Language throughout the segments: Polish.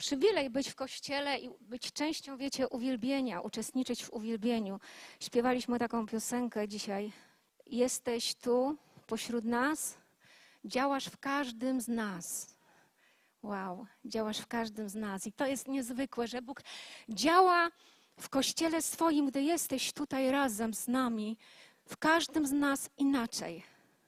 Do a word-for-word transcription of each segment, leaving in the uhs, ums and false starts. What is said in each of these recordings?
przywilej być w kościele i być częścią, wiecie, uwielbienia, uczestniczyć w uwielbieniu. Śpiewaliśmy taką piosenkę dzisiaj. Jesteś tu pośród nas, działasz w każdym z nas. Wow, działasz w każdym z nas. I to jest niezwykłe, że Bóg działa w Kościele swoim, gdy jesteś tutaj razem z nami, w każdym z nas inaczej.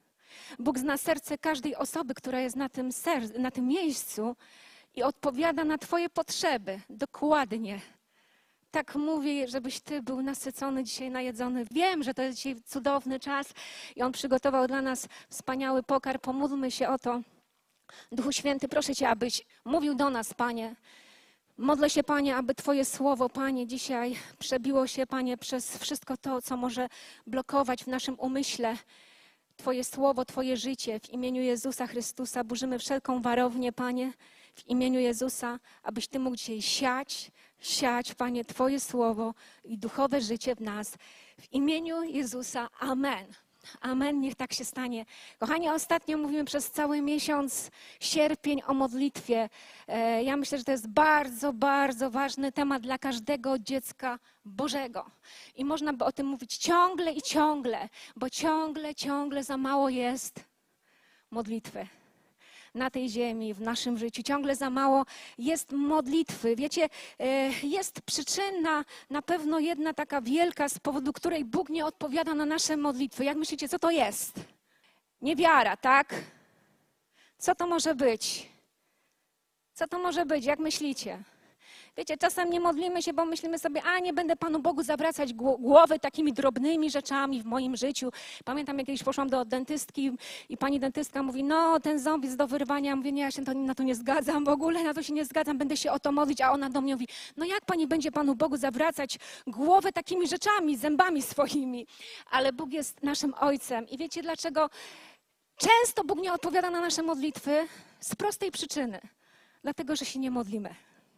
Bóg zna serce każdej osoby, która jest na tym, ser- na tym miejscu i odpowiada na twoje potrzeby dokładnie. Tak mówi, żebyś ty był nasycony dzisiaj, najedzony. Wiem, że to jest dzisiaj cudowny czas i On przygotował dla nas wspaniały pokarm. Pomódlmy się o to. Duchu Święty, proszę Cię, abyś mówił do nas, Panie. Modlę się, Panie, aby Twoje słowo, Panie, dzisiaj przebiło się, Panie, przez wszystko to, co może blokować w naszym umyśle. Twoje słowo, Twoje życie. W imieniu Jezusa Chrystusa burzymy wszelką warownię, Panie. W imieniu Jezusa, abyś Ty mógł dzisiaj siać, siać, Panie, Twoje słowo i duchowe życie w nas. W imieniu Jezusa. Amen. Amen, niech tak się stanie. Kochani, ostatnio mówimy przez cały miesiąc sierpień o modlitwie. Ja myślę, że to jest bardzo, bardzo ważny temat dla każdego dziecka Bożego. I można by o tym mówić ciągle i ciągle, bo ciągle, ciągle za mało jest modlitwy. Na tej ziemi, w naszym życiu. Ciągle za mało jest modlitwy. Wiecie, jest przyczyna, na pewno jedna taka wielka, z powodu której Bóg nie odpowiada na nasze modlitwy. Jak myślicie, co to jest? Niewiara, tak? Co to może być? Co to może być? Jak myślicie? Wiecie, czasem nie modlimy się, bo myślimy sobie, a nie będę Panu Bogu zawracać głowy takimi drobnymi rzeczami w moim życiu. Pamiętam, jak kiedyś poszłam do dentystki i pani dentystka mówi, no ten ząb jest do wyrwania. Ja mówię, nie, ja się to, na to nie zgadzam, w ogóle na to się nie zgadzam, będę się o to modlić. A ona do mnie mówi, no jak Pani będzie Panu Bogu zawracać głowę takimi rzeczami, zębami swoimi? Ale Bóg jest naszym Ojcem. I wiecie dlaczego często Bóg nie odpowiada na nasze modlitwy? Z prostej przyczyny. Dlatego, że się nie modlimy.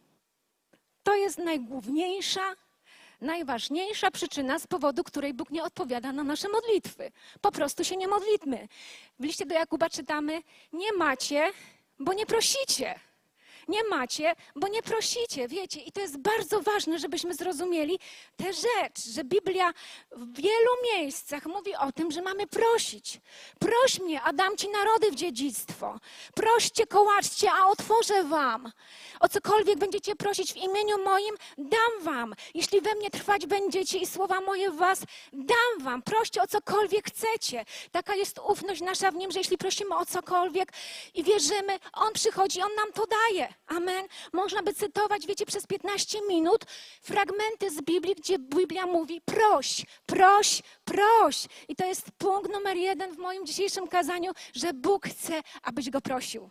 To jest najgłówniejsza, najważniejsza przyczyna, z powodu której Bóg nie odpowiada na nasze modlitwy. Po prostu się nie modlimy. W liście do Jakuba czytamy, nie macie, bo nie prosicie. Nie macie, bo nie prosicie, wiecie. I to jest bardzo ważne, żebyśmy zrozumieli tę rzecz, że Biblia w wielu miejscach mówi o tym, że mamy prosić. Proś mnie, a dam ci narody w dziedzictwo. Proście, kołaczcie, a otworzę wam. O cokolwiek będziecie prosić w imieniu moim, dam wam. Jeśli we mnie trwać będziecie i słowa moje w was, dam wam. Proście o cokolwiek chcecie. Taka jest ufność nasza w Nim, że jeśli prosimy o cokolwiek i wierzymy, On przychodzi, On nam to daje. Amen. Można by cytować, wiecie, przez piętnaście minut fragmenty z Biblii, gdzie Biblia mówi proś, proś, proś. I to jest punkt numer jeden w moim dzisiejszym kazaniu, że Bóg chce, abyś Go prosił.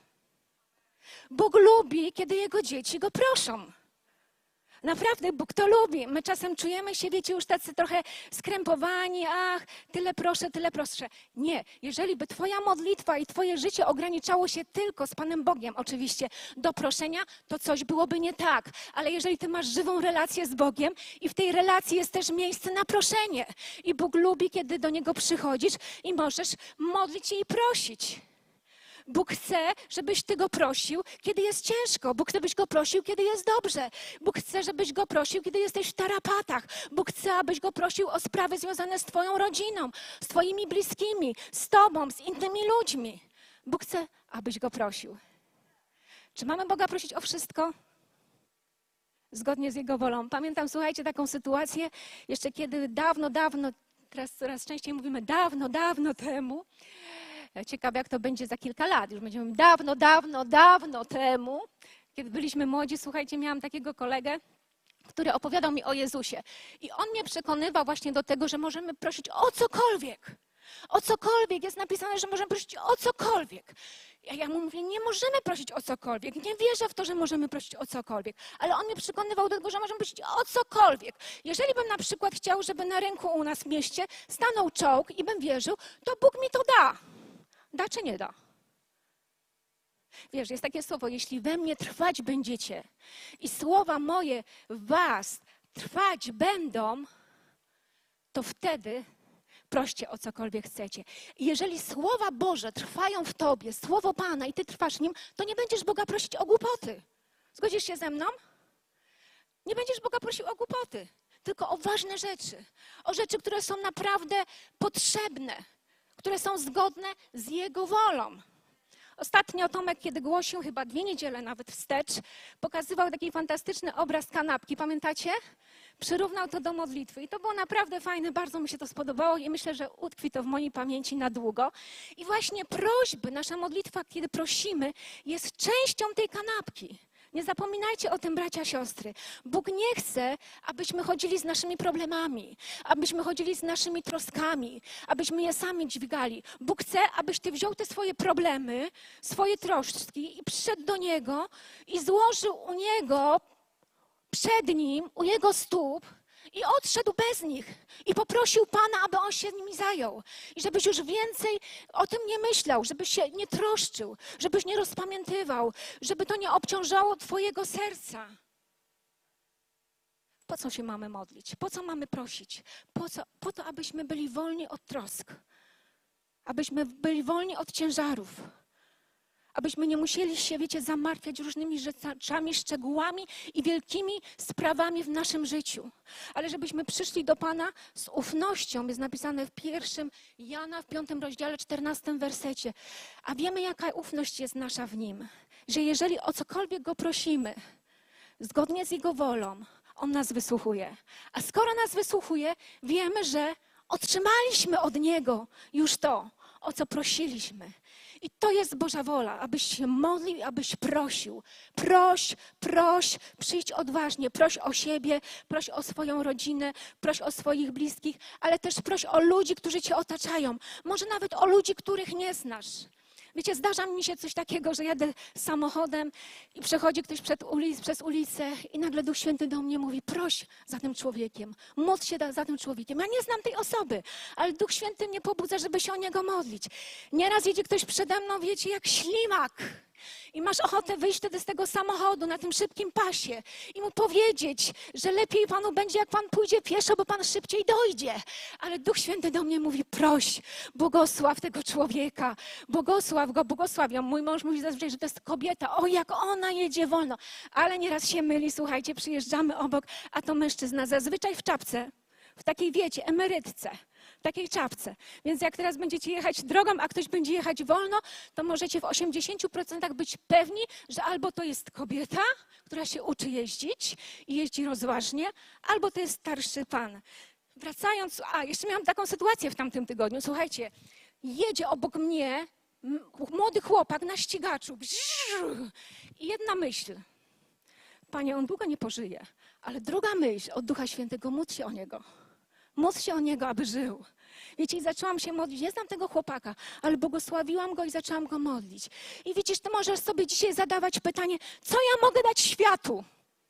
Bóg lubi, kiedy Jego dzieci Go proszą. Naprawdę Bóg to lubi. My czasem czujemy się, wiecie, już tacy trochę skrępowani. Ach, tyle proszę, tyle proszę. Nie. Jeżeli by twoja modlitwa i twoje życie ograniczało się tylko z Panem Bogiem, oczywiście, do proszenia, to coś byłoby nie tak. Ale jeżeli ty masz żywą relację z Bogiem i w tej relacji jest też miejsce na proszenie. I Bóg lubi, kiedy do Niego przychodzisz i możesz modlić się i prosić. Bóg chce, żebyś Ty Go prosił, kiedy jest ciężko. Bóg chce, żebyś Go prosił, kiedy jest dobrze. Bóg chce, żebyś Go prosił, kiedy jesteś w tarapatach. Bóg chce, abyś Go prosił o sprawy związane z Twoją rodziną, z Twoimi bliskimi, z Tobą, z innymi ludźmi. Bóg chce, abyś Go prosił. Czy mamy Boga prosić o wszystko? Zgodnie z Jego wolą. Pamiętam, słuchajcie, taką sytuację, jeszcze kiedy dawno, dawno, teraz coraz częściej mówimy dawno, dawno temu, ciekawe, jak to będzie za kilka lat. Już będziemy dawno, dawno, dawno temu, kiedy byliśmy młodzi, słuchajcie, miałam takiego kolegę, który opowiadał mi o Jezusie. I on mnie przekonywał właśnie do tego, że możemy prosić o cokolwiek. O cokolwiek. Jest napisane, że możemy prosić o cokolwiek. Ja, ja mu mówię, nie możemy prosić o cokolwiek. Nie wierzę w to, że możemy prosić o cokolwiek. Ale on mnie przekonywał do tego, że możemy prosić o cokolwiek. Jeżeli bym na przykład chciał, żeby na rynku u nas w mieście stanął czołg i bym wierzył, to Bóg mi to da. Da czy nie da? Wiesz, jest takie słowo, jeśli we mnie trwać będziecie i słowa moje w was trwać będą, to wtedy proście o cokolwiek chcecie. I jeżeli słowa Boże trwają w tobie, słowo Pana i ty trwasz nim, to nie będziesz Boga prosić o głupoty. Zgodzisz się ze mną? Nie będziesz Boga prosił o głupoty, tylko o ważne rzeczy. O rzeczy, które są naprawdę potrzebne, które są zgodne z Jego wolą. Ostatnio Tomek, kiedy głosił, chyba dwie niedziele nawet wstecz, pokazywał taki fantastyczny obraz kanapki. Pamiętacie? Przyrównał to do modlitwy. I to było naprawdę fajne, bardzo mi się to spodobało i myślę, że utkwi to w mojej pamięci na długo. I właśnie prośby, nasza modlitwa, kiedy prosimy, jest częścią tej kanapki. Nie zapominajcie o tym, bracia, siostry. Bóg nie chce, abyśmy chodzili z naszymi problemami, abyśmy chodzili z naszymi troskami, abyśmy je sami dźwigali. Bóg chce, abyś ty wziął te swoje problemy, swoje troszczki i przyszedł do Niego i złożył u Niego, przed Nim, u Jego stóp i odszedł bez nich. I poprosił Pana, aby On się nimi zajął. I żebyś już więcej o tym nie myślał, żebyś się nie troszczył, żebyś nie rozpamiętywał, żeby to nie obciążało twojego serca. Po co się mamy modlić? Po co mamy prosić? Po co? Po to, abyśmy byli wolni od trosk. Abyśmy byli wolni od ciężarów. Abyśmy nie musieli się, wiecie, zamartwiać różnymi rzeczami, szczegółami i wielkimi sprawami w naszym życiu. Ale żebyśmy przyszli do Pana z ufnością, jest napisane w pierwszym Jana w piątym rozdziale, czternastym wersecie. A wiemy, jaka ufność jest nasza w Nim. Że jeżeli o cokolwiek Go prosimy, zgodnie z Jego wolą, On nas wysłuchuje. A skoro nas wysłuchuje, wiemy, że otrzymaliśmy od Niego już to, o co prosiliśmy. I to jest Boża wola, abyś się modlił, abyś prosił. Proś, proś, przyjdź odważnie, proś o siebie, proś o swoją rodzinę, proś o swoich bliskich, ale też proś o ludzi, którzy cię otaczają. Może nawet o ludzi, których nie znasz. Wiecie, zdarza mi się coś takiego, że jadę samochodem i przechodzi ktoś przed ulic, przez ulicę i nagle Duch Święty do mnie mówi, proś za tym człowiekiem, módl się za tym człowiekiem. Ja nie znam tej osoby, ale Duch Święty mnie pobudza, żeby się o niego modlić. Nieraz jedzie ktoś przede mną, wiecie, jak ślimak. I masz ochotę wyjść wtedy z tego samochodu na tym szybkim pasie i mu powiedzieć, że lepiej Panu będzie, jak Pan pójdzie pieszo, bo Pan szybciej dojdzie. Ale Duch Święty do mnie mówi, proś, błogosław tego człowieka, błogosław go, błogosławiam. Mój mąż mówi zazwyczaj, że to jest kobieta, o jak ona jedzie wolno. Ale nieraz się myli, słuchajcie, przyjeżdżamy obok, a to mężczyzna zazwyczaj w czapce, w takiej, wiecie, emerytce. W takiej czapce. Więc jak teraz będziecie jechać drogą, a ktoś będzie jechać wolno, to możecie w osiemdziesięciu procentach być pewni, że albo to jest kobieta, która się uczy jeździć i jeździ rozważnie, albo to jest starszy pan. Wracając, a jeszcze miałam taką sytuację w tamtym tygodniu. Słuchajcie, jedzie obok mnie młody chłopak na ścigaczu. I jedna myśl. Panie, on długo nie pożyje. Ale druga myśl od Ducha Świętego, módl się o niego. Módl się o niego, aby żył. Wiecie, i zaczęłam się modlić. Nie znam tego chłopaka, ale błogosławiłam go i zaczęłam go modlić. I widzisz, ty możesz sobie dzisiaj zadawać pytanie, co ja mogę dać światu?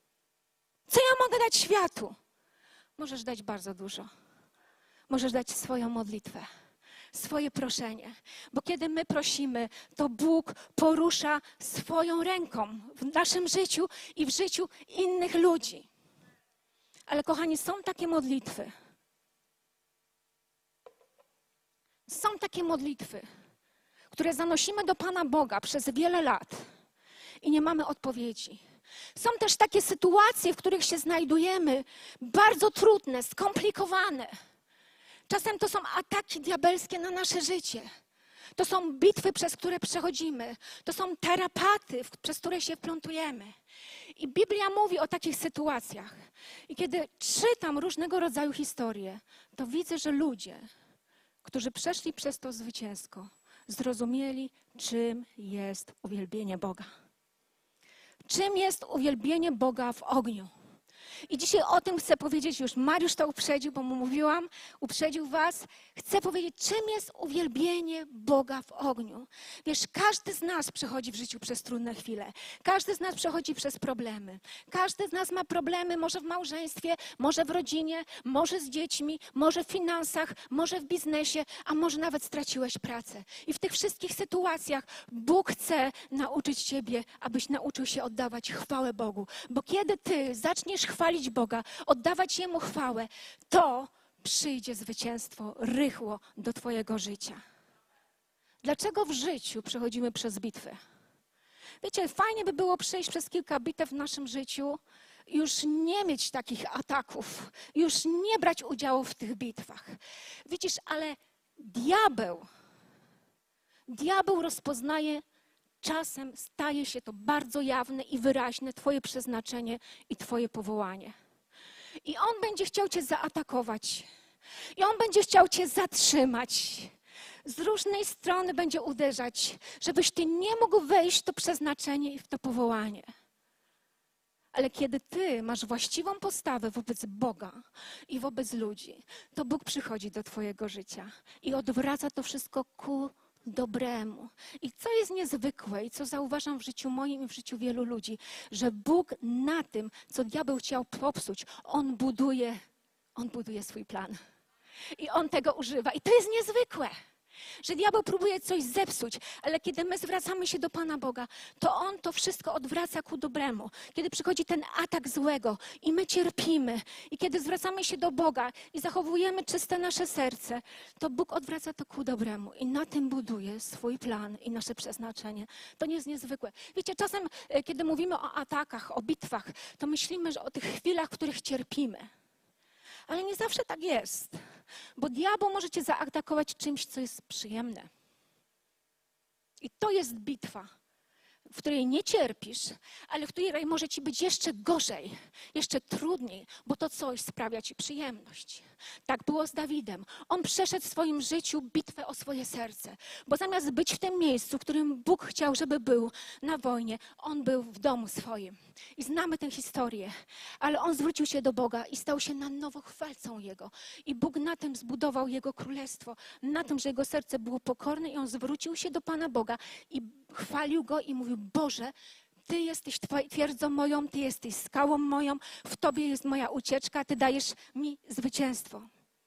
Co ja mogę dać światu? Możesz dać bardzo dużo. Możesz dać swoją modlitwę, swoje proszenie. Bo kiedy my prosimy, to Bóg porusza swoją ręką w naszym życiu i w życiu innych ludzi. Ale kochani, są takie modlitwy. Są takie modlitwy, które zanosimy do Pana Boga przez wiele lat i nie mamy odpowiedzi. Są też takie sytuacje, w których się znajdujemy, bardzo trudne, skomplikowane. Czasem to są ataki diabelskie na nasze życie. To są bitwy, przez które przechodzimy. To są tarapaty, przez które się wplątujemy. I Biblia mówi o takich sytuacjach. I kiedy czytam różnego rodzaju historie, to widzę, że ludzie, którzy przeszli przez to zwycięsko, zrozumieli, czym jest uwielbienie Boga. Czym jest uwielbienie Boga w ogniu. I dzisiaj o tym chcę powiedzieć już. Mariusz to uprzedził, bo mu mówiłam, uprzedził was. Chcę powiedzieć, czym jest uwielbienie Boga w ogniu. Wiesz, każdy z nas przechodzi w życiu przez trudne chwile. Każdy z nas przechodzi przez problemy. Każdy z nas ma problemy, może w małżeństwie, może w rodzinie, może z dziećmi, może w finansach, może w biznesie, a może nawet straciłeś pracę. I w tych wszystkich sytuacjach Bóg chce nauczyć ciebie, abyś nauczył się oddawać chwałę Bogu. Bo kiedy ty zaczniesz chwalić Boga, oddawać Jemu chwałę, to przyjdzie zwycięstwo rychło do twojego życia. Dlaczego w życiu przechodzimy przez bitwy? Wiecie, fajnie by było przejść przez kilka bitew w naszym życiu, już nie mieć takich ataków, już nie brać udziału w tych bitwach. Widzisz, ale diabeł, diabeł rozpoznaje, czasem staje się to bardzo jawne i wyraźne, twoje przeznaczenie i twoje powołanie. I on będzie chciał cię zaatakować. I on będzie chciał cię zatrzymać. Z różnej strony będzie uderzać, żebyś ty nie mógł wejść w to przeznaczenie i w to powołanie. Ale kiedy ty masz właściwą postawę wobec Boga i wobec ludzi, to Bóg przychodzi do twojego życia i odwraca to wszystko ku dobremu. I co jest niezwykłe i co zauważam w życiu moim i w życiu wielu ludzi, że Bóg na tym, co diabeł chciał popsuć, On buduje, on buduje swój plan. I On tego używa. I to jest niezwykłe, że diabeł próbuje coś zepsuć, ale kiedy my zwracamy się do Pana Boga, to On to wszystko odwraca ku dobremu. Kiedy przychodzi ten atak złego i my cierpimy, i kiedy zwracamy się do Boga i zachowujemy czyste nasze serce, to Bóg odwraca to ku dobremu i na tym buduje swój plan i nasze przeznaczenie. To nie jest niezwykłe. Wiecie, czasem, kiedy mówimy o atakach, o bitwach, to myślimy, że o tych chwilach, w których cierpimy. Ale nie zawsze tak jest, bo diabeł może cię zaatakować czymś, co jest przyjemne. I to jest bitwa, w której nie cierpisz, ale w której może ci być jeszcze gorzej, jeszcze trudniej, bo to coś sprawia ci przyjemność. Tak było z Dawidem. On przeszedł w swoim życiu bitwę o swoje serce, bo zamiast być w tym miejscu, w którym Bóg chciał, żeby był na wojnie, on był w domu swoim. I znamy tę historię, ale on zwrócił się do Boga i stał się na nowo chwalcą Jego. I Bóg na tym zbudował Jego królestwo, na tym, że Jego serce było pokorne i on zwrócił się do Pana Boga i chwalił Go i mówił: Boże, Ty jesteś twierdzą moją, Ty jesteś skałą moją, w Tobie jest moja ucieczka, Ty dajesz mi zwycięstwo.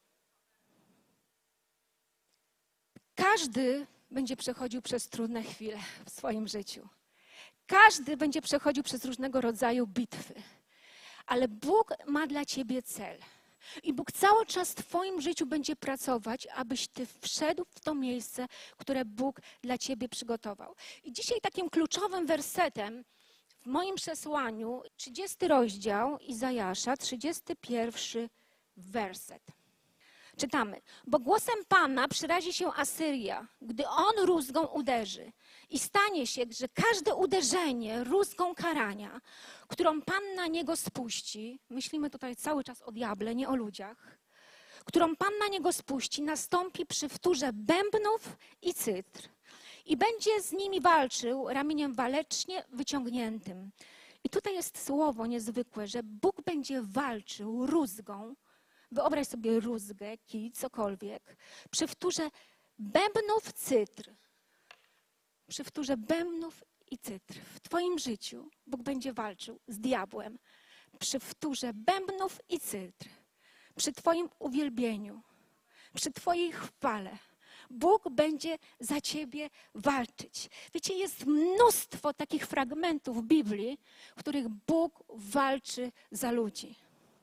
Każdy będzie przechodził przez trudne chwile w swoim życiu. Każdy będzie przechodził przez różnego rodzaju bitwy. Ale Bóg ma dla ciebie cel. I Bóg cały czas w twoim życiu będzie pracować, abyś ty wszedł w to miejsce, które Bóg dla ciebie przygotował. I dzisiaj takim kluczowym wersetem w moim przesłaniu, trzydziesty rozdział Izajasza, trzydziesty pierwszy werset. Czytamy: bo głosem Pana przerazi się Asyria, gdy on rózgą uderzy. I stanie się, że każde uderzenie rózgą karania, którą Pan na niego spuści, myślimy tutaj cały czas o diable, nie o ludziach, którą Pan na niego spuści, nastąpi przy wtórze bębnów i cytr. I będzie z nimi walczył ramieniem walecznie wyciągniętym. I tutaj jest słowo niezwykłe, że Bóg będzie walczył rózgą. Wyobraź sobie rózgę, kij, cokolwiek, przy wtórze bębnów cytr. Przy wtórze bębnów i cytr. W twoim życiu Bóg będzie walczył z diabłem. Przy wtórze bębnów i cytr. Przy twoim uwielbieniu. Przy twojej chwale. Bóg będzie za ciebie walczyć. Wiecie, jest mnóstwo takich fragmentów w Biblii, w których Bóg walczy za ludzi.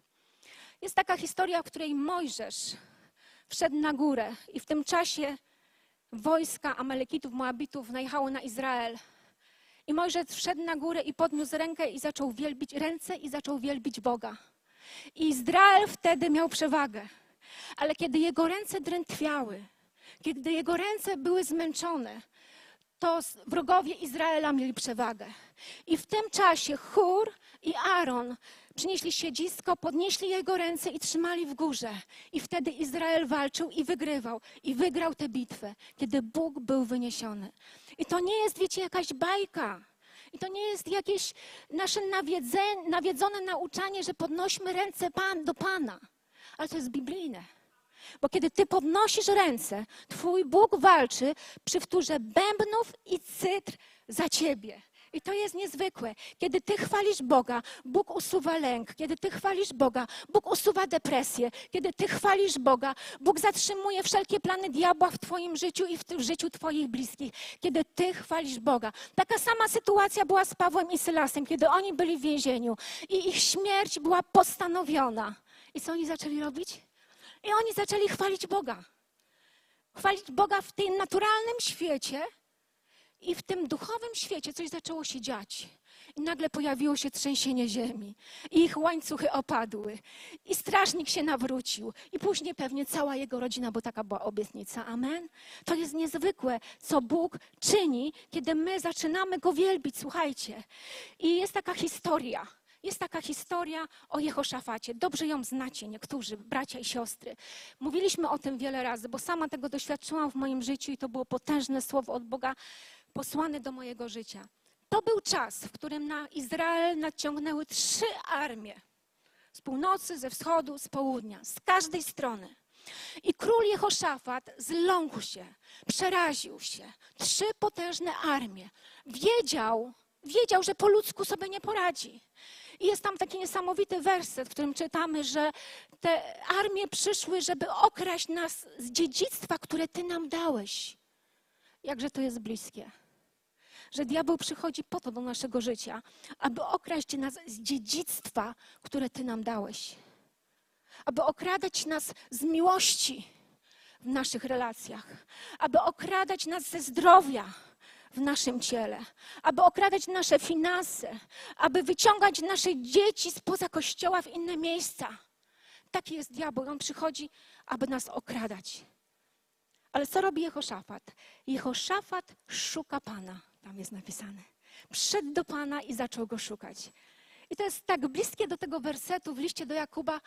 Jest taka historia, w której Mojżesz wszedł na górę i w tym czasie wojska Amalekitów, Moabitów najechało na Izrael. I Mojżesz wszedł na górę i podniósł rękę i zaczął wielbić ręce i zaczął wielbić Boga. I Izrael wtedy miał przewagę. Ale kiedy jego ręce drętwiały, kiedy jego ręce były zmęczone, to wrogowie Izraela mieli przewagę. I w tym czasie Hur i Aaron przynieśli siedzisko, podnieśli jego ręce i trzymali w górze. I wtedy Izrael walczył i wygrywał. I wygrał tę bitwę, kiedy Bóg był wyniesiony. I to nie jest, wiecie, jakaś bajka. I to nie jest jakieś nasze nawiedzone nauczanie, że podnośmy ręce Pan do Pana. Ale to jest biblijne. Bo kiedy ty podnosisz ręce, twój Bóg walczy przy wtórze bębnów i cytr za ciebie. I to jest niezwykłe. Kiedy ty chwalisz Boga, Bóg usuwa lęk. Kiedy ty chwalisz Boga, Bóg usuwa depresję. Kiedy ty chwalisz Boga, Bóg zatrzymuje wszelkie plany diabła w twoim życiu i w życiu twoich bliskich. Kiedy ty chwalisz Boga. Taka sama sytuacja była z Pawłem i Sylasem, kiedy oni byli w więzieniu i ich śmierć była postanowiona. I co oni zaczęli robić? I oni zaczęli chwalić Boga. Chwalić Boga w tym naturalnym świecie I w tym duchowym świecie coś zaczęło się dziać. I nagle pojawiło się trzęsienie ziemi. I ich łańcuchy opadły. I strażnik się nawrócił. I później pewnie cała jego rodzina, bo taka była obietnica. Amen? To jest niezwykłe, co Bóg czyni, kiedy my zaczynamy Go wielbić. Słuchajcie. I jest taka historia. Jest taka historia o Jehoszafacie. Dobrze ją znacie, niektórzy, bracia i siostry. Mówiliśmy o tym wiele razy, bo sama tego doświadczyłam w moim życiu i to było potężne słowo od Boga posłane do mojego życia. To był czas, w którym na Izrael nadciągnęły trzy armie. Z północy, ze wschodu, z południa, z każdej strony. I król Jehoszafat zląkł się, przeraził się. Trzy potężne armie. Wiedział, wiedział, że po ludzku sobie nie poradzi. I jest tam taki niesamowity werset, w którym czytamy, że te armie przyszły, żeby okraść nas z dziedzictwa, które Ty nam dałeś. Jakże to jest bliskie. Że diabeł przychodzi po to do naszego życia, aby okraść nas z dziedzictwa, które Ty nam dałeś. Aby okradać nas z miłości w naszych relacjach. Aby okradać nas ze zdrowia w naszym ciele. Aby okradać nasze finanse. Aby wyciągać nasze dzieci spoza kościoła w inne miejsca. Taki jest diabeł. On przychodzi, aby nas okradać. Ale co robi Jehoszafat? Jehoszafat szuka Pana. Tam jest napisane. Przyszedł do Pana i zaczął Go szukać. I to jest tak bliskie do tego wersetu w liście do Jakuba,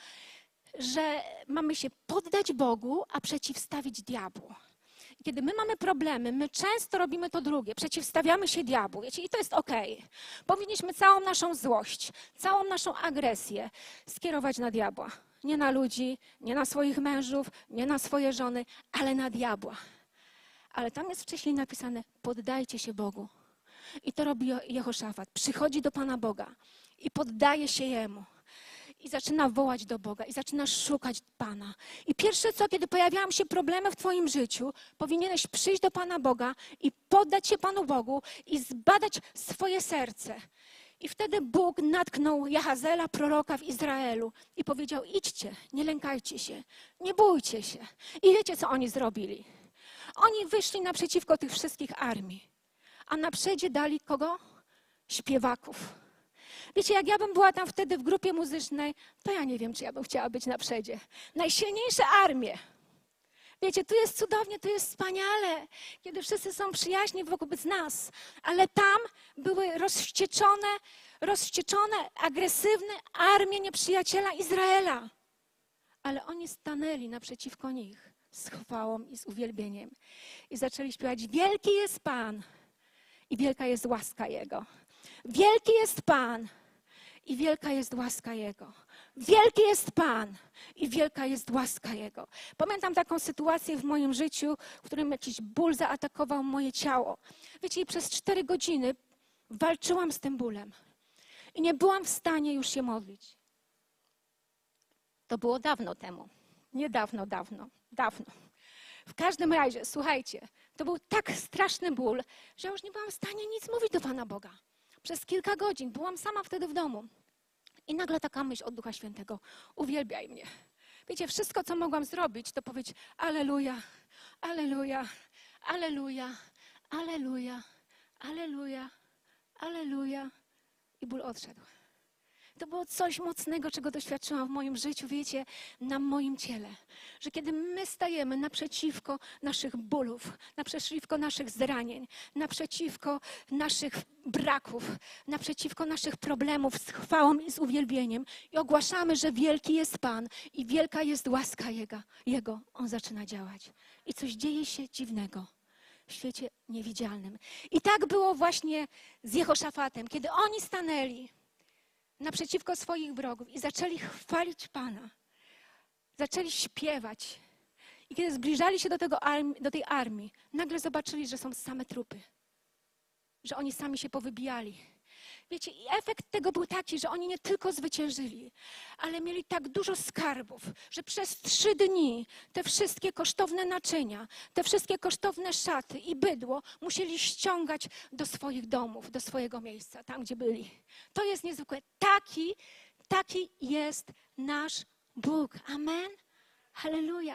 że mamy się poddać Bogu, a przeciwstawić diabłu. I kiedy my mamy problemy, my często robimy to drugie. Przeciwstawiamy się diabłu. Wiecie, i to jest okej. Powinniśmy całą naszą złość, całą naszą agresję skierować na diabła. Nie na ludzi, nie na swoich mężów, nie na swoje żony, ale na diabła. Ale tam jest wcześniej napisane, poddajcie się Bogu. I to robi Jehoszafat. Przychodzi do Pana Boga i poddaje się Jemu. I zaczyna wołać do Boga i zaczyna szukać Pana. I pierwsze co, kiedy pojawiają się problemy w Twoim życiu, powinieneś przyjść do Pana Boga i poddać się Panu Bogu i zbadać swoje serce. I wtedy Bóg natknął Jahazela, proroka w Izraelu i powiedział, idźcie, nie lękajcie się, nie bójcie się. I wiecie, co oni zrobili? Oni wyszli naprzeciwko tych wszystkich armii, a na przedzie dali kogo? Śpiewaków. Wiecie, jak ja bym była tam wtedy w grupie muzycznej, to ja nie wiem, czy ja bym chciała być na przedzie. Najsilniejsze armie. Wiecie, tu jest cudownie, tu jest wspaniale, kiedy wszyscy są przyjaźni wobec nas, ale tam były rozwścieczone, rozwścieczone, agresywne armie nieprzyjaciela Izraela. Ale oni stanęli naprzeciwko nich z chwałą i z uwielbieniem i zaczęli śpiewać, wielki jest Pan i wielka jest łaska Jego. Wielki jest Pan i wielka jest łaska Jego. Wielki jest Pan i wielka jest łaska Jego. Pamiętam taką sytuację w moim życiu, w którym jakiś ból zaatakował moje ciało. Wiecie, i przez cztery godziny walczyłam z tym bólem i nie byłam w stanie już się modlić. To było dawno temu. Niedawno, dawno, dawno. W każdym razie, słuchajcie, to był tak straszny ból, że już nie byłam w stanie nic mówić do Pana Boga. Przez kilka godzin byłam sama wtedy w domu. I nagle taka myśl od Ducha Świętego, uwielbiaj mnie. Wiecie, wszystko, co mogłam zrobić, to powiedzieć Alleluja, Alleluja, Alleluja, Alleluja, Alleluja, Alleluja. I ból odszedł. To było coś mocnego, czego doświadczyłam w moim życiu, wiecie, na moim ciele. Że kiedy my stajemy naprzeciwko naszych bólów, naprzeciwko naszych zranień, naprzeciwko naszych braków, naprzeciwko naszych problemów z chwałą i z uwielbieniem i ogłaszamy, że wielki jest Pan i wielka jest łaska Jego, Jego, On zaczyna działać. I coś dzieje się dziwnego w świecie niewidzialnym. I tak było właśnie z Jehoszafatem, kiedy oni stanęli naprzeciwko swoich wrogów i zaczęli chwalić Pana. Zaczęli śpiewać. I kiedy zbliżali się do, tego armii, do tej armii, nagle zobaczyli, że są same trupy. Że oni sami się powybijali. Wiecie, i efekt tego był taki, że oni nie tylko zwyciężyli, ale mieli tak dużo skarbów, że przez trzy dni te wszystkie kosztowne naczynia, te wszystkie kosztowne szaty i bydło musieli ściągać do swoich domów, do swojego miejsca, tam gdzie byli. To jest niezwykłe. Taki, taki jest nasz Bóg. Amen. Halleluja.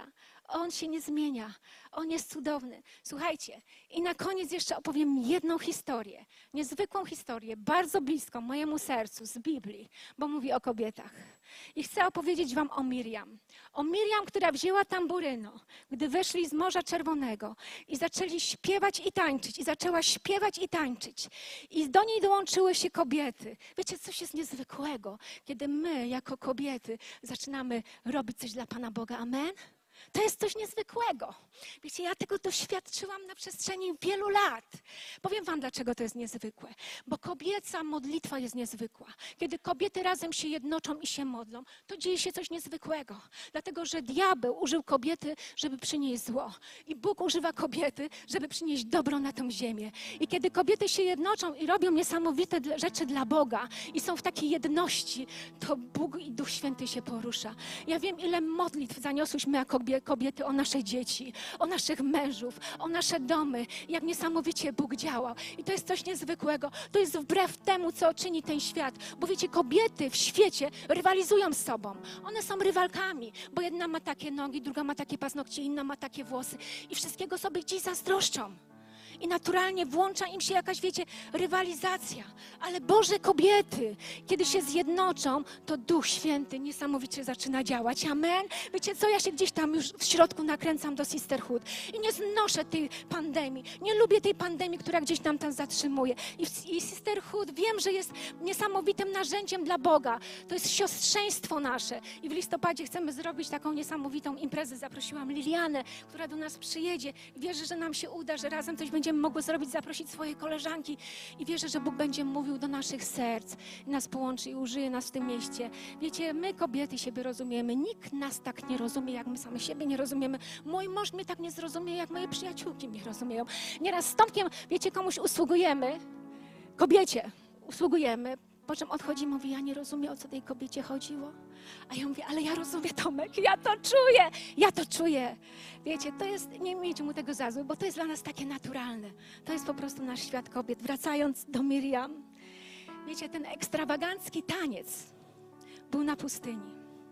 On się nie zmienia. On jest cudowny. Słuchajcie, i na koniec jeszcze opowiem jedną historię. Niezwykłą historię, bardzo bliską mojemu sercu z Biblii, bo mówi o kobietach. I chcę opowiedzieć wam o Miriam. O Miriam, która wzięła tamburyno, gdy weszli z Morza Czerwonego i zaczęli śpiewać i tańczyć. I zaczęła śpiewać i tańczyć. I do niej dołączyły się kobiety. Wiecie, coś jest niezwykłego, kiedy my jako kobiety zaczynamy robić coś dla Pana Boga. Amen? To jest coś niezwykłego. Wiecie, ja tego doświadczyłam na przestrzeni wielu lat. Powiem wam, dlaczego to jest niezwykłe. Bo kobieca modlitwa jest niezwykła. Kiedy kobiety razem się jednoczą i się modlą, to dzieje się coś niezwykłego. Dlatego, że diabeł użył kobiety, żeby przynieść zło. I Bóg używa kobiety, żeby przynieść dobro na tą ziemię. I kiedy kobiety się jednoczą i robią niesamowite rzeczy dla Boga i są w takiej jedności, to Bóg i Duch Święty się porusza. Ja wiem, ile modlitw zaniosłyśmy jako kobiety o nasze dzieci, o naszych mężów, o nasze domy, jak niesamowicie Bóg działał. I to jest coś niezwykłego. To jest wbrew temu, co czyni ten świat. Bo wiecie, kobiety w świecie rywalizują z sobą. One są rywalkami, bo jedna ma takie nogi, druga ma takie paznokcie, inna ma takie włosy. I wszystkiego sobie gdzieś zazdroszczą. I naturalnie włącza im się jakaś, wiecie, rywalizacja. Ale Boże kobiety, kiedy się zjednoczą, to Duch Święty niesamowicie zaczyna działać. Amen? Wiecie co, ja się gdzieś tam już w środku nakręcam do Sisterhood i nie znoszę tej pandemii. Nie lubię tej pandemii, która gdzieś nam tam zatrzymuje. I, i Sisterhood wiem, że jest niesamowitym narzędziem dla Boga. To jest siostrzeństwo nasze. I w listopadzie chcemy zrobić taką niesamowitą imprezę. Zaprosiłam Lilianę, która do nas przyjedzie. I wierzę, że nam się uda, że razem coś będzie mogły zrobić, zaprosić swoje koleżanki i wierzę, że Bóg będzie mówił do naszych serc i nas połączy i użyje nas w tym mieście. Wiecie, my kobiety siebie rozumiemy. Nikt nas tak nie rozumie, jak my same siebie nie rozumiemy. Mój mąż mnie tak nie zrozumie, jak moje przyjaciółki mnie rozumieją. Nieraz z Tomkiem, wiecie, komuś usługujemy, kobiecie usługujemy, po czym odchodzi i mówi, ja nie rozumiem, o co tej kobiecie chodziło. A ja mówię, ale ja rozumiem, Tomek, ja to czuję, ja to czuję. Wiecie, to jest, nie miejcie mu tego za złe, bo to jest dla nas takie naturalne. To jest po prostu nasz świat kobiet. Wracając do Miriam, wiecie, ten ekstrawagancki taniec był na pustyni.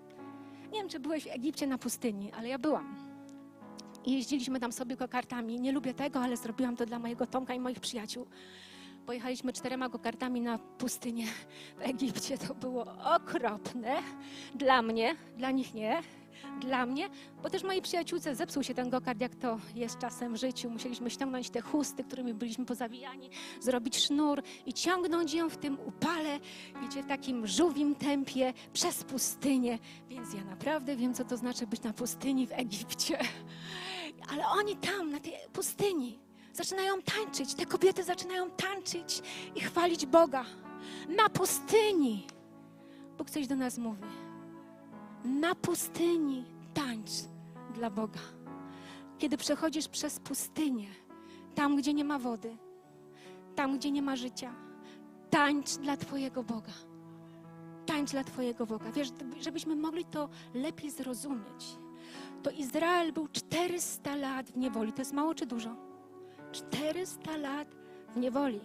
Nie wiem, czy byłeś w Egipcie na pustyni, ale ja byłam. I jeździliśmy tam sobie go-kartami. Nie lubię tego, ale zrobiłam to dla mojego Tomka i moich przyjaciół. Pojechaliśmy czterema go-kartami na pustynię w Egipcie. To było okropne. Dla mnie, dla nich nie. Dla mnie, bo też mojej przyjaciółce zepsuł się ten go-kart, jak to jest czasem w życiu. Musieliśmy ściągnąć te chusty, którymi byliśmy pozawijani, zrobić sznur i ciągnąć ją w tym upale, wiecie, w takim żółwim tempie przez pustynię. Więc ja naprawdę wiem, co to znaczy być na pustyni w Egipcie. Ale oni tam, na tej pustyni, zaczynają tańczyć. Te kobiety zaczynają tańczyć i chwalić Boga. Na pustyni. Bóg coś do nas mówi. Na pustyni tańcz dla Boga. Kiedy przechodzisz przez pustynię, tam, gdzie nie ma wody, tam, gdzie nie ma życia, tańcz dla Twojego Boga. Tańcz dla Twojego Boga. Wiesz, żebyśmy mogli to lepiej zrozumieć, to Izrael był czterysta lat w niewoli. To jest mało czy dużo? czterysta lat w niewoli.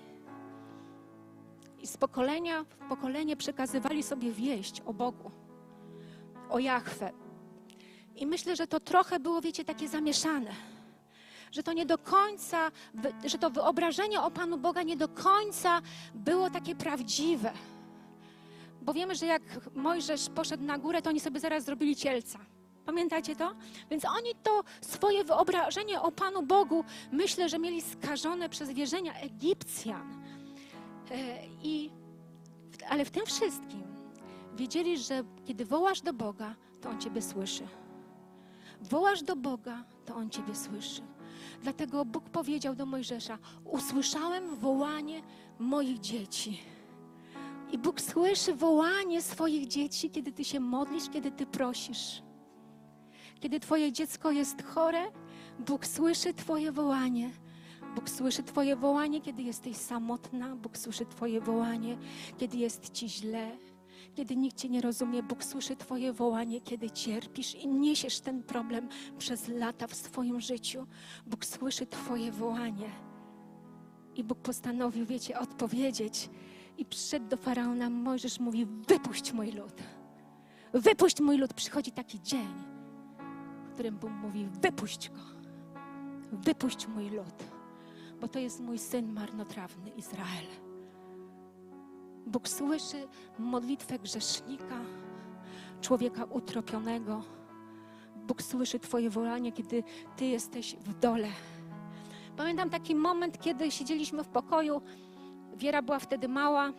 I z pokolenia w pokolenie przekazywali sobie wieść o Bogu, o Jahwe. I myślę, że to trochę było, wiecie, takie zamieszane. Że to nie do końca, że to wyobrażenie o Panu Boga nie do końca było takie prawdziwe. Bo wiemy, że jak Mojżesz poszedł na górę, to oni sobie zaraz zrobili cielca. Pamiętacie to? Więc oni to swoje wyobrażenie o Panu Bogu, myślę, że mieli skażone przez wierzenia Egipcjan. I, ale w tym wszystkim wiedzieli, że kiedy wołasz do Boga, to On Ciebie słyszy. Wołasz do Boga, to On Ciebie słyszy. Dlatego Bóg powiedział do Mojżesza, usłyszałem wołanie moich dzieci. I Bóg słyszy wołanie swoich dzieci, kiedy Ty się modlisz, kiedy Ty prosisz. Kiedy Twoje dziecko jest chore, Bóg słyszy Twoje wołanie. Bóg słyszy Twoje wołanie, kiedy jesteś samotna. Bóg słyszy Twoje wołanie, kiedy jest Ci źle. Kiedy nikt Cię nie rozumie, Bóg słyszy Twoje wołanie, kiedy cierpisz i niesiesz ten problem przez lata w swoim życiu. Bóg słyszy Twoje wołanie. I Bóg postanowił, wiecie, odpowiedzieć. I przyszedł do Faraona, Mojżesz mówi, wypuść mój lud. Wypuść mój lud. Przychodzi taki dzień, w którym Bóg mówi: wypuść go, wypuść mój lud, bo to jest mój syn marnotrawny, Izrael. Bóg słyszy modlitwę grzesznika, człowieka utropionego. Bóg słyszy twoje wołanie, kiedy ty jesteś w dole. Pamiętam taki moment, kiedy siedzieliśmy w pokoju. Wiera była wtedy mała,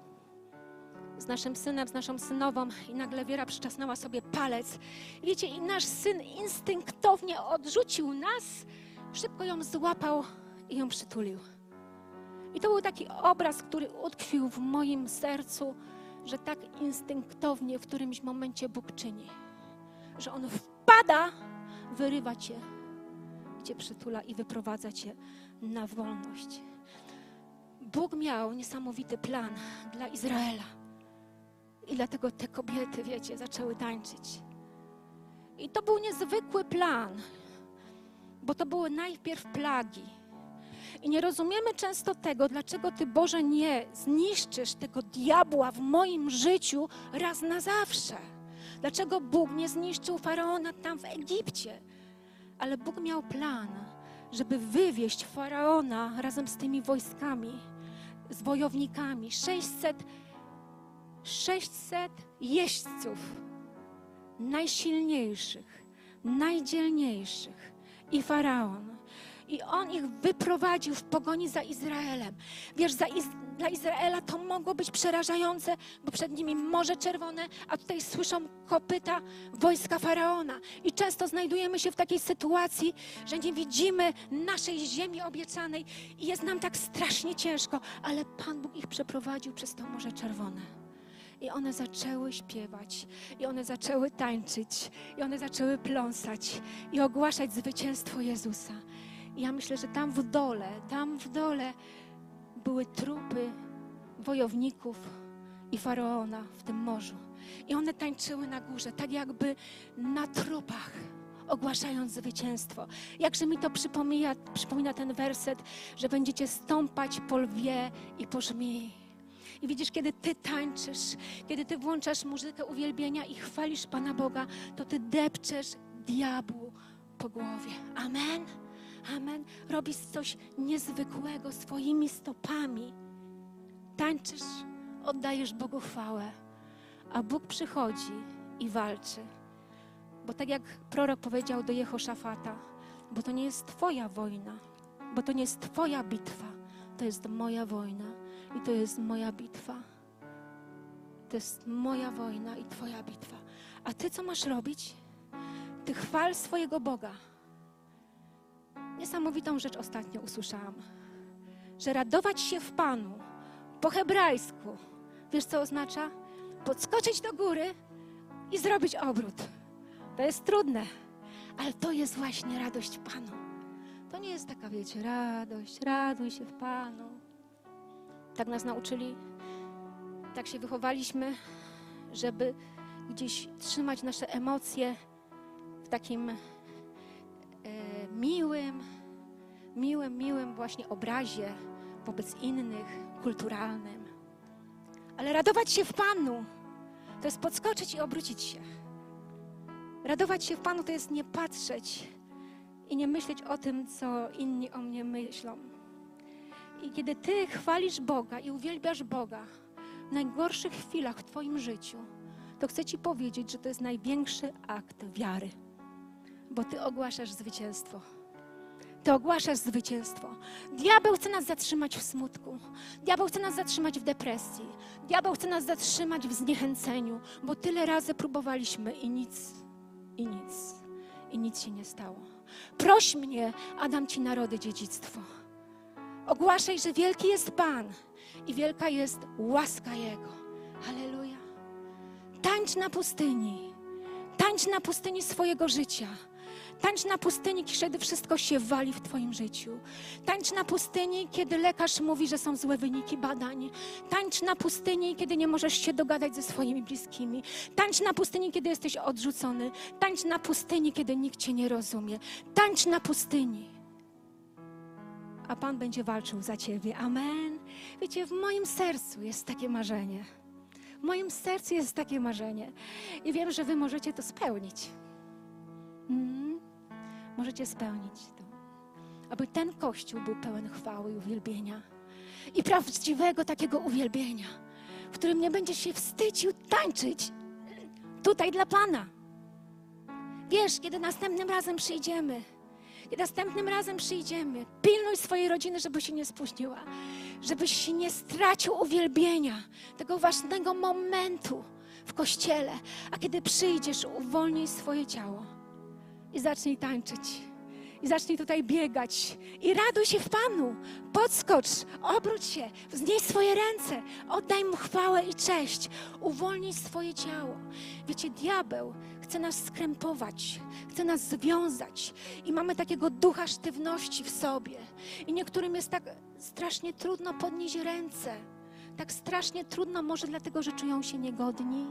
z naszym synem, z naszą synową, i nagle Wiera przyczasnęła sobie palec. I wiecie, i nasz syn instynktownie odrzucił nas, szybko ją złapał i ją przytulił. I to był taki obraz, który utkwił w moim sercu, że tak instynktownie w którymś momencie Bóg czyni. Że On wpada, wyrywa cię, cię przytula i wyprowadza cię na wolność. Bóg miał niesamowity plan dla Izraela. I dlatego te kobiety, wiecie, zaczęły tańczyć. I to był niezwykły plan, bo to były najpierw plagi. I nie rozumiemy często tego, dlaczego Ty, Boże, nie zniszczysz tego diabła w moim życiu raz na zawsze. Dlaczego Bóg nie zniszczył Faraona tam w Egipcie? Ale Bóg miał plan, żeby wywieźć Faraona razem z tymi wojskami, z wojownikami, sześćset, sześćset jeźdźców, najsilniejszych, najdzielniejszych, i Faraon. I on ich wyprowadził w pogoni za Izraelem. Wiesz, za Iz dla Izraela to mogło być przerażające, bo przed nimi Morze Czerwone, a tutaj słyszą kopyta wojska Faraona. I często znajdujemy się w takiej sytuacji, że nie widzimy naszej ziemi obiecanej i jest nam tak strasznie ciężko, ale Pan Bóg ich przeprowadził przez to Morze Czerwone. I one zaczęły śpiewać, i one zaczęły tańczyć, i one zaczęły pląsać i ogłaszać zwycięstwo Jezusa. I ja myślę, że tam w dole, tam w dole były trupy wojowników i Faraona w tym morzu. I one tańczyły na górze, tak jakby na trupach, ogłaszając zwycięstwo. Jakże mi to przypomina, przypomina ten werset, że będziecie stąpać po lwie i po żmii. I widzisz, kiedy Ty tańczysz, kiedy Ty włączasz muzykę uwielbienia i chwalisz Pana Boga, to Ty depczesz diabłu po głowie. Amen? Amen. Robisz coś niezwykłego swoimi stopami. Tańczysz, oddajesz Bogu chwałę, a Bóg przychodzi i walczy. Bo tak jak prorok powiedział do Jehoszafata, bo to nie jest Twoja wojna, bo to nie jest Twoja bitwa, to jest moja wojna i to jest moja bitwa. To jest moja wojna i Twoja bitwa. A Ty co masz robić? Ty chwal swojego Boga. Niesamowitą rzecz ostatnio usłyszałam, że radować się w Panu po hebrajsku, wiesz co oznacza? Podskoczyć do góry i zrobić obrót. To jest trudne, ale to jest właśnie radość w Panu. To nie jest taka, wiecie, radość, raduj się w Panu. Tak nas nauczyli, tak się wychowaliśmy, żeby gdzieś trzymać nasze emocje w takim e, miłym, miłym, miłym właśnie obrazie wobec innych, kulturalnym. Ale radować się w Panu to jest podskoczyć i obrócić się. Radować się w Panu to jest nie patrzeć i nie myśleć o tym, co inni o mnie myślą. I kiedy Ty chwalisz Boga i uwielbiasz Boga w najgorszych chwilach w Twoim życiu, to chcę Ci powiedzieć, że to jest największy akt wiary, bo Ty ogłaszasz zwycięstwo. Ty ogłaszasz zwycięstwo. Diabeł chce nas zatrzymać w smutku. Diabeł chce nas zatrzymać w depresji. Diabeł chce nas zatrzymać w zniechęceniu, bo tyle razy próbowaliśmy i nic, i nic, i nic się nie stało. Proś mnie, a dam Ci narody dziedzictwo. Ogłaszaj, że wielki jest Pan i wielka jest łaska Jego. Halleluja. Tańcz na pustyni. Tańcz na pustyni swojego życia. Tańcz na pustyni, kiedy wszystko się wali w Twoim życiu. Tańcz na pustyni, kiedy lekarz mówi, że są złe wyniki badań. Tańcz na pustyni, kiedy nie możesz się dogadać ze swoimi bliskimi. Tańcz na pustyni, kiedy jesteś odrzucony. Tańcz na pustyni, kiedy nikt Cię nie rozumie. Tańcz na pustyni. A Pan będzie walczył za Ciebie. Amen. Wiecie, w moim sercu jest takie marzenie. W moim sercu jest takie marzenie. I wiem, że Wy możecie to spełnić. Mm. możecie spełnić to. Aby ten Kościół był pełen chwały i uwielbienia. I prawdziwego takiego uwielbienia, w którym nie będziesz się wstydził tańczyć tutaj dla Pana. Wiesz, kiedy następnym razem przyjdziemy, kiedy następnym razem przyjdziemy, pilnuj swojej rodziny, żeby się nie spóźniła, żebyś się nie stracił uwielbienia, tego ważnego momentu w Kościele. A kiedy przyjdziesz, uwolnij swoje ciało i zacznij tańczyć. I zacznij tutaj biegać. I raduj się w Panu. Podskocz, obróć się, wznieś swoje ręce. Oddaj Mu chwałę i cześć. Uwolnij swoje ciało. Wiecie, diabeł chce nas skrępować, chce nas związać. I mamy takiego ducha sztywności w sobie. I niektórym jest tak strasznie trudno podnieść ręce. Tak strasznie trudno, może dlatego, że czują się niegodni.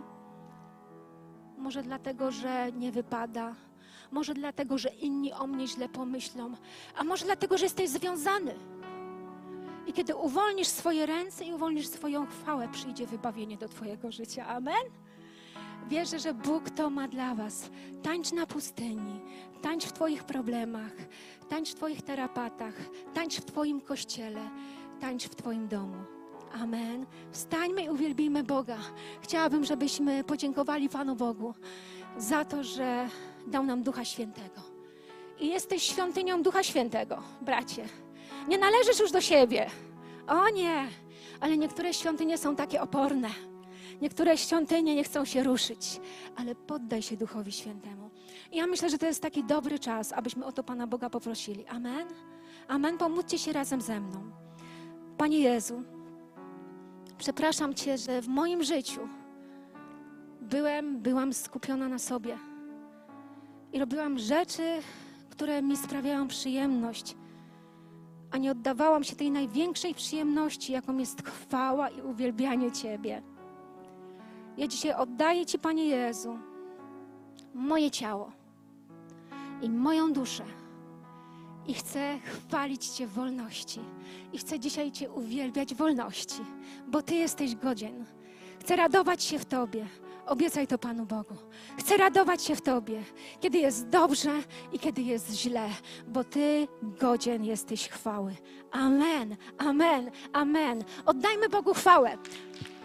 Może dlatego, że nie wypada. Może dlatego, że inni o mnie źle pomyślą, a może dlatego, że jesteś związany. I kiedy uwolnisz swoje ręce i uwolnisz swoją chwałę, przyjdzie wybawienie do twojego życia. Amen? Wierzę, że Bóg to ma dla was. Tańcz na pustyni, tańcz w twoich problemach, tańcz w twoich tarapatach, tańcz w twoim kościele, tańcz w twoim domu. Amen. Wstańmy i uwielbijmy Boga. Chciałabym, żebyśmy podziękowali Panu Bogu za to, że dał nam Ducha Świętego. I jesteś świątynią Ducha Świętego, bracie. Nie należysz już do siebie. O nie, ale niektóre świątynie są takie oporne. Niektóre świątynie nie chcą się ruszyć, ale poddaj się Duchowi Świętemu. I ja myślę, że to jest taki dobry czas, abyśmy o to Pana Boga poprosili. Amen? Amen. Pomódlcie się razem ze mną. Panie Jezu, przepraszam Cię, że w moim życiu byłem, byłam skupiona na sobie i robiłam rzeczy, które mi sprawiają przyjemność, a nie oddawałam się tej największej przyjemności, jaką jest chwała i uwielbianie Ciebie. Ja dzisiaj oddaję Ci, Panie Jezu, moje ciało i moją duszę i chcę chwalić Cię w wolności i chcę dzisiaj Cię uwielbiać w wolności, bo Ty jesteś godzien. Chcę radować się w Tobie. Obiecaj to Panu Bogu. Chcę radować się w Tobie, kiedy jest dobrze i kiedy jest źle, bo Ty godzien jesteś chwały. Amen, amen, amen. Oddajmy Bogu chwałę.